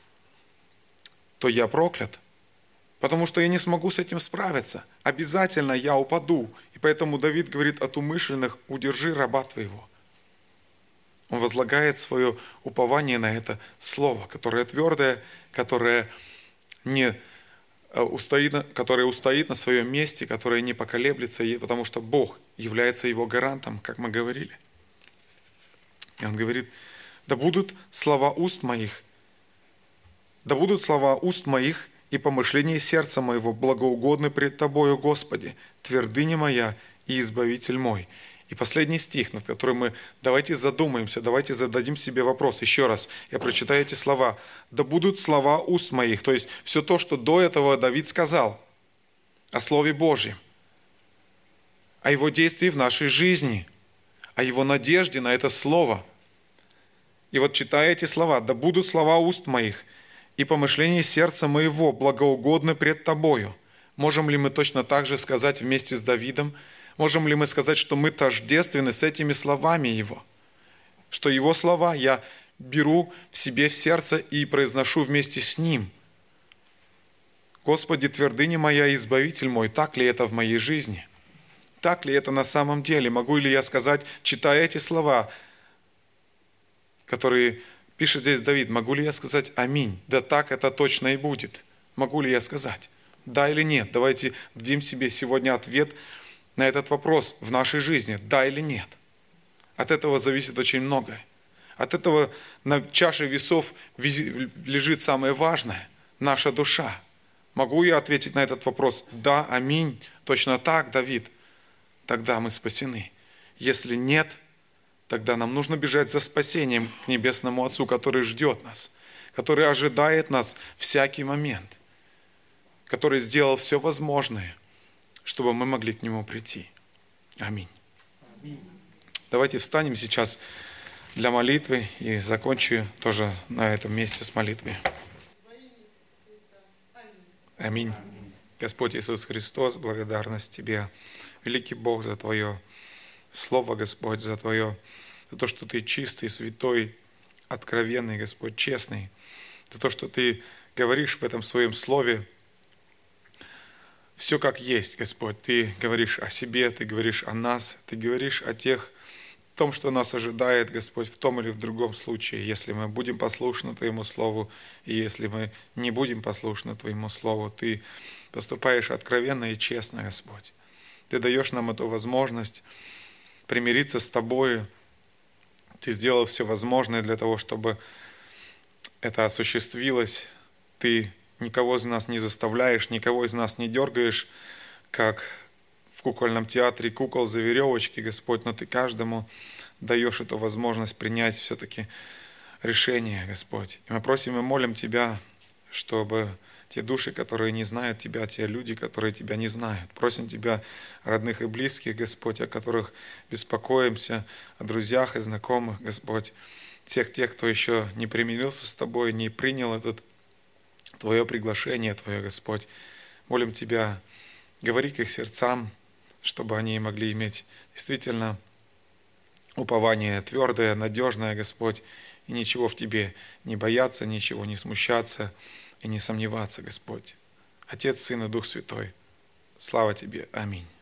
то я проклят. Потому что я не смогу с этим справиться. Обязательно я упаду. И поэтому Давид говорит: от умышленных удержи раба твоего. Он возлагает свое упование на это слово, которое твердое, которое устоит на своем месте, которое не поколеблется, потому что Бог является его гарантом, как мы говорили. И он говорит: да будут слова уст моих и помышления сердца моего благоугодны пред Тобою, Господи, твердыня моя и избавитель мой. И последний стих, над которым давайте задумаемся, давайте зададим себе вопрос. Еще раз, я прочитаю эти слова. «Да будут слова уст моих», то есть все то, что до этого Давид сказал о Слове Божьем, о Его действии в нашей жизни, о Его надежде на это Слово. И вот читая эти слова: «Да будут слова уст моих и помышления сердца моего благоугодны пред Тобою». Можем ли мы точно так же сказать вместе с Давидом? Можем ли мы сказать, что мы тождественны с этими словами Его? Что Его слова я беру в себе в сердце и произношу вместе с Ним. «Господи, твердыня моя и избавитель мой». Так ли это в моей жизни? Так ли это на самом деле? Могу ли я сказать, читая эти слова, которые пишет здесь Давид, могу ли я сказать аминь? Да так это точно и будет. Могу ли я сказать? Да или нет? Давайте дадим себе сегодня ответ на этот вопрос в нашей жизни. Да или нет? От этого зависит очень многое. От этого на чаше весов лежит самое важное – наша душа. Могу я ответить на этот вопрос? Да, аминь. Точно так, Давид. Тогда мы спасены. Если нет, тогда нам нужно бежать за спасением к Небесному Отцу, который ждет нас, который ожидает нас всякий момент, который сделал все возможное, чтобы мы могли к Нему прийти. Аминь. Давайте встанем сейчас для молитвы и закончу тоже на этом месте с молитвой. Аминь. Господь Иисус Христос, благодарность Тебе, великий Бог, за Твое Слово, Господь, за то, что Ты чистый, святой, откровенный, Господь, честный, за то, что Ты говоришь в этом Своем Слове все как есть, Господь. Ты говоришь о себе, Ты говоришь о нас, Ты говоришь о том, что нас ожидает, Господь, в том или в другом случае, если мы будем послушны Твоему Слову, и если мы не будем послушны Твоему Слову. Ты поступаешь откровенно и честно, Господь. Ты даешь нам эту возможность примириться с Тобою. Ты сделал все возможное для того, чтобы это осуществилось. Ты никого из нас не заставляешь, никого из нас не дергаешь, как в кукольном театре кукол за веревочки, Господь, но Ты каждому даешь эту возможность принять все-таки решение, Господь. И мы просим и молим Тебя, чтобы те души, которые не знают Тебя, те люди, которые Тебя не знают. Просим Тебя, родных и близких, Господь, о которых беспокоимся, о друзьях и знакомых, Господь, всех тех, кто еще не примирился с Тобой, не принял это Твое приглашение, Твое, Господь. Молим Тебя, говори к их сердцам, чтобы они могли иметь действительно упование твердое, надежное, Господь, и ничего в Тебе не бояться, ничего не смущаться и не сомневаться, Господь. Отец, Сын и Дух Святой. Слава Тебе. Аминь.